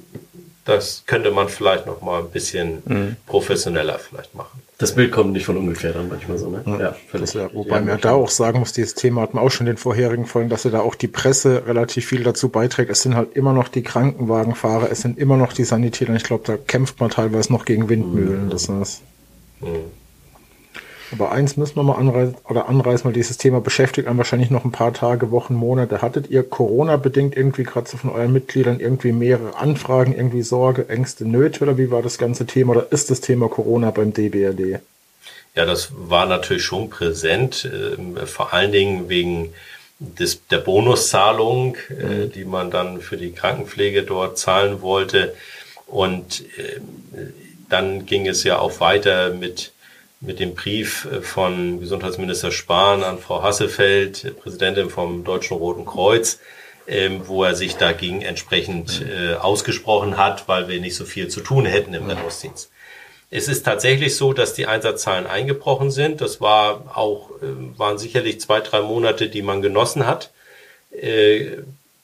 das könnte man vielleicht noch mal ein bisschen mhm. professioneller vielleicht machen. Das Bild kommt nicht von ungefähr dann manchmal so, ne? Ja, ja völlig. Ja, wobei man da auch sagen muss, dieses Thema hat man auch schon in den vorherigen Folgen, dass ja da auch die Presse relativ viel dazu beiträgt. Es sind halt immer noch die Krankenwagenfahrer, es sind immer noch die Sanitäter. Ich glaube, da kämpft man teilweise noch gegen Windmühlen. Mhm. Das heißt. Mhm. Aber eins müssen wir mal anreißen, oder anreißen, weil dieses Thema beschäftigt einen wahrscheinlich noch ein paar Tage, Wochen, Monate. Hattet ihr Corona-bedingt irgendwie gerade so von euren Mitgliedern irgendwie mehrere Anfragen, irgendwie Sorge, Ängste, Nöte, oder wie war das ganze Thema, oder ist das Thema Corona beim D B R D? Ja, das war natürlich schon präsent, äh, vor allen Dingen wegen des, der Bonuszahlung, äh, die man dann für die Krankenpflege dort zahlen wollte. Und äh, dann ging es ja auch weiter mit mit dem Brief von Gesundheitsminister Spahn an Frau Hasselfeld, Präsidentin vom Deutschen Roten Kreuz, ähm, wo er sich dagegen entsprechend äh, ausgesprochen hat, weil wir nicht so viel zu tun hätten im Rettungsdienst. Es ist tatsächlich so, dass die Einsatzzahlen eingebrochen sind. Das war auch, äh, waren sicherlich zwei, drei Monate, die man genossen hat, äh,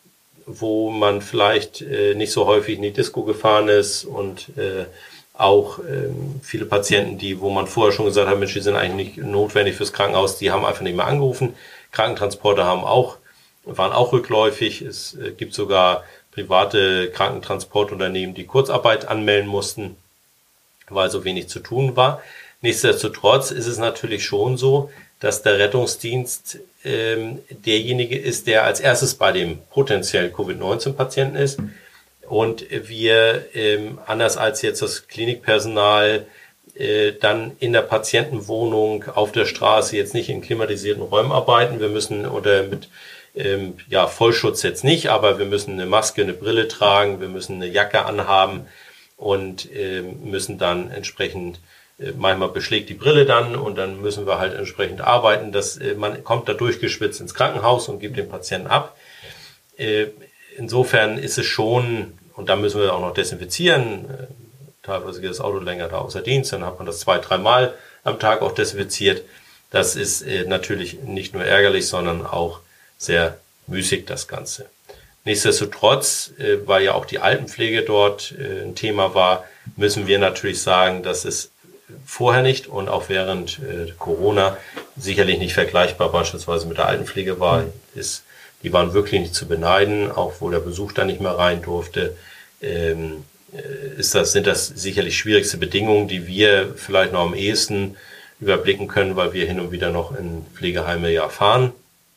wo man vielleicht äh, nicht so häufig in die Disco gefahren ist und äh, auch ähm, viele Patienten, die, wo man vorher schon gesagt hat, Mensch, die sind eigentlich nicht notwendig fürs Krankenhaus, die haben einfach nicht mehr angerufen. Krankentransporter haben auch, waren auch rückläufig. Es äh, gibt sogar private Krankentransportunternehmen, die Kurzarbeit anmelden mussten, weil so wenig zu tun war. Nichtsdestotrotz ist es natürlich schon so, dass der Rettungsdienst ähm, derjenige ist, der als erstes bei dem potenziellen Covid neunzehn Patienten ist. Und wir, ähm, anders als jetzt das Klinikpersonal, äh, dann in der Patientenwohnung auf der Straße jetzt nicht in klimatisierten Räumen arbeiten. Wir müssen, oder mit ähm, ja Vollschutz jetzt nicht, aber wir müssen eine Maske, eine Brille tragen, wir müssen eine Jacke anhaben und äh, müssen dann entsprechend, äh, manchmal beschlägt die Brille dann und dann müssen wir halt entsprechend arbeiten. Dass, äh, man kommt da durchgeschwitzt ins Krankenhaus und gibt den Patienten ab. Äh, Insofern ist es schon, und da müssen wir auch noch desinfizieren, teilweise geht das Auto länger da außer Dienst, dann hat man das zwei, dreimal am Tag auch desinfiziert. Das ist äh, natürlich nicht nur ärgerlich, sondern auch sehr müßig, das Ganze. Nichtsdestotrotz, äh, weil ja auch die Altenpflege dort äh, ein Thema war, müssen wir natürlich sagen, dass es vorher nicht und auch während äh, Corona sicherlich nicht vergleichbar beispielsweise mit der Altenpflege war, mhm. ist. Die waren wirklich nicht zu beneiden, auch wo der Besuch da nicht mehr rein durfte. Ähm, ist das, sind das sicherlich schwierigste Bedingungen, die wir vielleicht noch am ehesten überblicken können, weil wir hin und wieder noch in Pflegeheime ja fahren.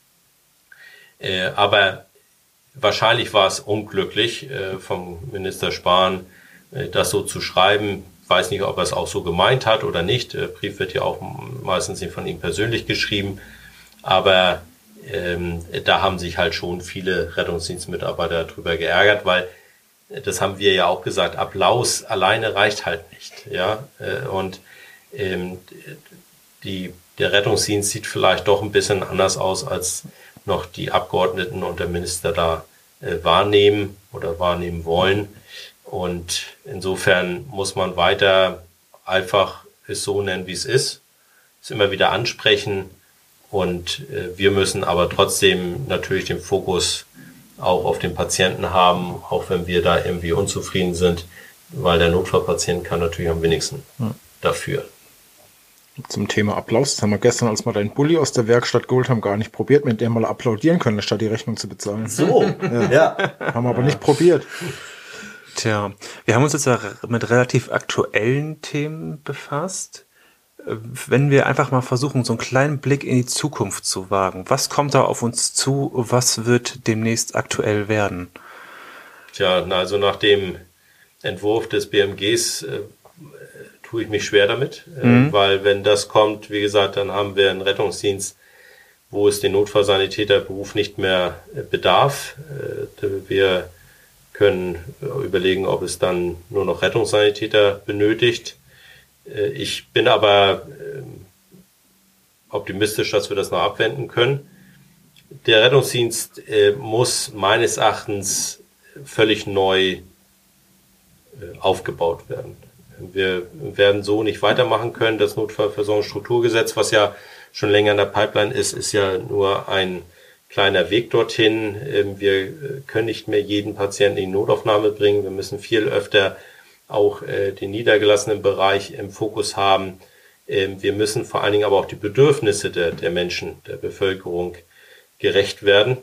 Äh, aber wahrscheinlich war es unglücklich äh, vom Minister Spahn, äh, das so zu schreiben. Ich weiß nicht, ob er es auch so gemeint hat oder nicht. Der Brief wird ja auch meistens nicht von ihm persönlich geschrieben. Aber ähm, da haben sich halt schon viele Rettungsdienstmitarbeiter drüber geärgert, weil das haben wir ja auch gesagt, Applaus alleine reicht halt nicht, ja, und ähm, die, der Rettungsdienst sieht vielleicht doch ein bisschen anders aus, als noch die Abgeordneten und der Minister da äh, wahrnehmen oder wahrnehmen wollen, und insofern muss man weiter einfach es so nennen, wie es ist, es immer wieder ansprechen, und äh, wir müssen aber trotzdem natürlich den Fokus auch auf den Patienten haben, auch wenn wir da irgendwie unzufrieden sind, weil der Notfallpatient kann natürlich am wenigsten hm. dafür. Zum Thema Applaus, das haben wir gestern, als wir deinen Bulli aus der Werkstatt geholt haben, gar nicht probiert, mit dem mal applaudieren können, statt die Rechnung zu bezahlen. So, ja. ja. Haben wir aber nicht probiert. Tja, wir haben uns jetzt ja mit relativ aktuellen Themen befasst. Wenn wir einfach mal versuchen, so einen kleinen Blick in die Zukunft zu wagen, was kommt da auf uns zu, was wird demnächst aktuell werden? Tja, also nach dem Entwurf des B M Gs äh, tue ich mich schwer damit, mhm. äh, weil wenn das kommt, wie gesagt, dann haben wir einen Rettungsdienst, wo es den Notfallsanitäterberuf nicht mehr äh, bedarf. Äh, wir können überlegen, ob es dann nur noch Rettungssanitäter benötigt. Äh, ich bin aber äh, optimistisch, dass wir das noch abwenden können. Der Rettungsdienst äh, muss meines Erachtens völlig neu äh, aufgebaut werden. Wir werden so nicht weitermachen können. Das Notfallversorgungsstrukturgesetz, was ja schon länger in der Pipeline ist, ist ja nur ein kleiner Weg dorthin. Wir können nicht mehr jeden Patienten in die Notaufnahme bringen. Wir müssen viel öfter auch den niedergelassenen Bereich im Fokus haben. Wir müssen vor allen Dingen aber auch die Bedürfnisse der, der Menschen, der Bevölkerung gerecht werden.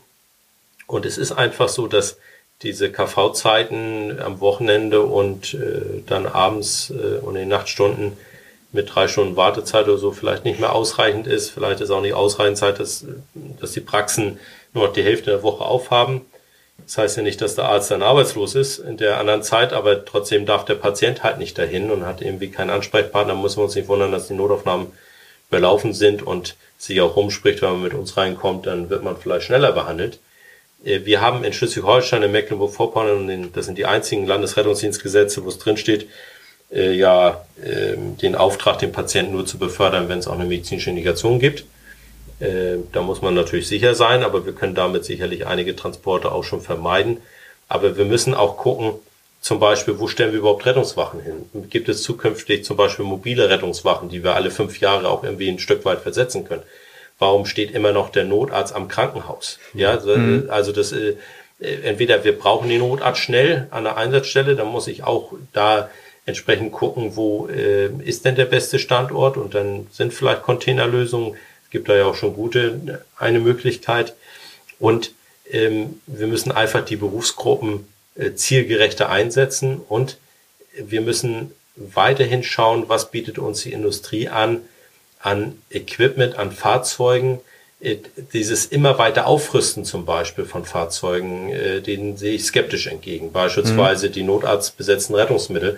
Und es ist einfach so, dass diese K V-Zeiten am Wochenende und äh, dann abends äh, und in den Nachtstunden mit drei Stunden Wartezeit oder so vielleicht nicht mehr ausreichend ist. Vielleicht ist auch nicht ausreichend Zeit, dass, dass die Praxen nur noch die Hälfte der Woche aufhaben. Das heißt ja nicht, dass der Arzt dann arbeitslos ist in der anderen Zeit, aber trotzdem darf der Patient halt nicht dahin und hat irgendwie keinen Ansprechpartner. Da müssen wir uns nicht wundern, dass die Notaufnahmen überlaufen sind und sich auch rumspricht, wenn man mit uns reinkommt, dann wird man vielleicht schneller behandelt. Wir haben in Schleswig-Holstein, in Mecklenburg-Vorpommern, das sind die einzigen Landesrettungsdienstgesetze, wo es drin steht, äh, ja, äh, den Auftrag, den Patienten nur zu befördern, wenn es auch eine medizinische Indikation gibt. Äh, da muss man natürlich sicher sein, aber wir können damit sicherlich einige Transporte auch schon vermeiden. Aber wir müssen auch gucken, zum Beispiel, wo stellen wir überhaupt Rettungswachen hin? Gibt es zukünftig zum Beispiel mobile Rettungswachen, die wir alle fünf Jahre auch irgendwie ein Stück weit versetzen können? Warum steht immer noch der Notarzt am Krankenhaus? Ja, mhm. also das äh, entweder wir brauchen den Notarzt schnell an der Einsatzstelle, dann muss ich auch da entsprechend gucken, wo äh, ist denn der beste Standort, und dann sind vielleicht Containerlösungen. Es gibt da ja auch schon gute eine Möglichkeit, und ähm, wir müssen einfach die Berufsgruppen äh, zielgerechter einsetzen, und wir müssen weiterhin schauen, was bietet uns die Industrie an, an Equipment, an Fahrzeugen. Dieses immer weiter Aufrüsten zum Beispiel von Fahrzeugen, denen sehe ich skeptisch entgegen. Beispielsweise mhm. die notarztbesetzten Rettungsmittel,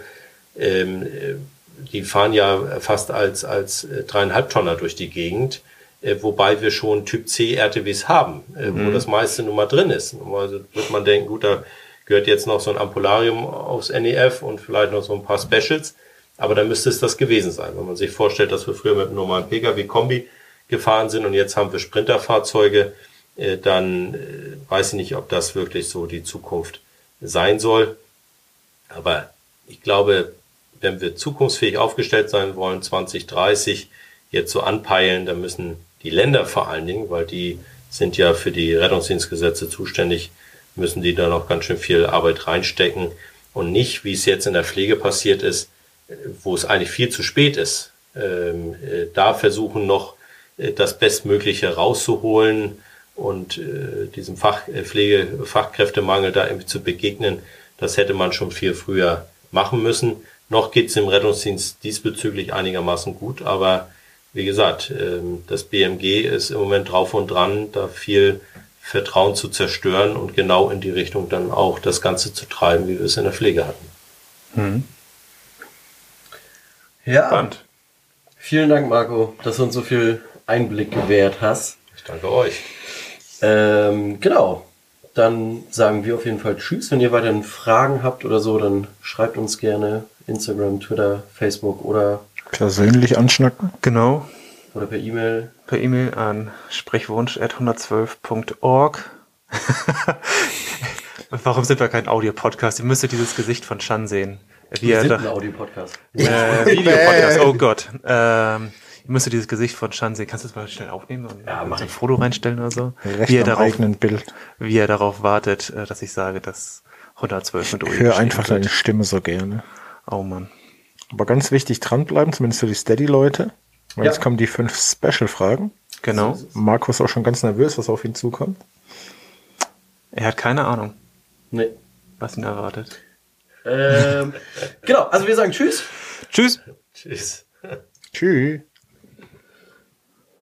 die fahren ja fast als, als dreieinhalb Tonner durch die Gegend, wobei wir schon Typ C R T Ws haben, mhm. wo das meiste nun mal drin ist. Also wird man denken, gut, da gehört jetzt noch so ein Ampularium aufs N E F und vielleicht noch so ein paar Specials. Aber dann müsste es das gewesen sein, wenn man sich vorstellt, dass wir früher mit einem normalen P K W-Kombi gefahren sind und jetzt haben wir Sprinterfahrzeuge, äh, dann äh, weiß ich nicht, ob das wirklich so die Zukunft sein soll. Aber ich glaube, wenn wir zukunftsfähig aufgestellt sein wollen, zwanzig dreißig jetzt so anpeilen, dann müssen die Länder vor allen Dingen, weil die sind ja für die Rettungsdienstgesetze zuständig, müssen die da noch ganz schön viel Arbeit reinstecken und nicht, wie es jetzt in der Pflege passiert ist, wo es eigentlich viel zu spät ist, ähm, äh, da versuchen noch äh, das Bestmögliche rauszuholen und äh, diesem Fach, äh, Pflegefachkräftemangel da irgendwie zu begegnen. Das hätte man schon viel früher machen müssen. Noch geht es im Rettungsdienst diesbezüglich einigermaßen gut, aber wie gesagt, ähm, das B M G ist im Moment drauf und dran, da viel Vertrauen zu zerstören und genau in die Richtung dann auch das Ganze zu treiben, wie wir es in der Pflege hatten. Mhm. Ja, Spannend. Vielen Dank, Marco, dass du uns so viel Einblick gewährt hast. Ich danke euch. Ähm, genau. Dann sagen wir auf jeden Fall Tschüss. Wenn ihr weiterhin Fragen habt oder so, dann schreibt uns gerne Instagram, Twitter, Facebook oder persönlich anschnacken. Genau. Oder per E-Mail. Per E-Mail an sprechwunsch at hundertzwölf punkt org. Warum sind wir kein Audio-Podcast? Ihr müsstet dieses Gesicht von Chan sehen. Wie Wir er sind da, ein Audio-Podcast. äh, Videopodcast, oh Gott. Ähm, ihr müsstet dieses Gesicht von Chan sehen. Kannst du das mal schnell aufnehmen und Ja, mach so ein ich. Foto reinstellen oder so? Recht Wie er, am darauf, eigenen Bild. wie er darauf wartet, äh, dass ich sage, dass hundertzwölf mit O E Ich höre geschrieben einfach wird. deine Stimme so gerne. Oh Mann. Aber ganz wichtig, dranbleiben, zumindest für die Steady-Leute. Weil Ja. jetzt kommen die fünf Special-Fragen. Genau. Markus ist auch schon ganz nervös, was auf ihn zukommt. Er hat keine Ahnung, Nee. was ihn erwartet. Ähm, genau, also wir sagen Tschüss. Tschüss. Tschüss. Tschüss.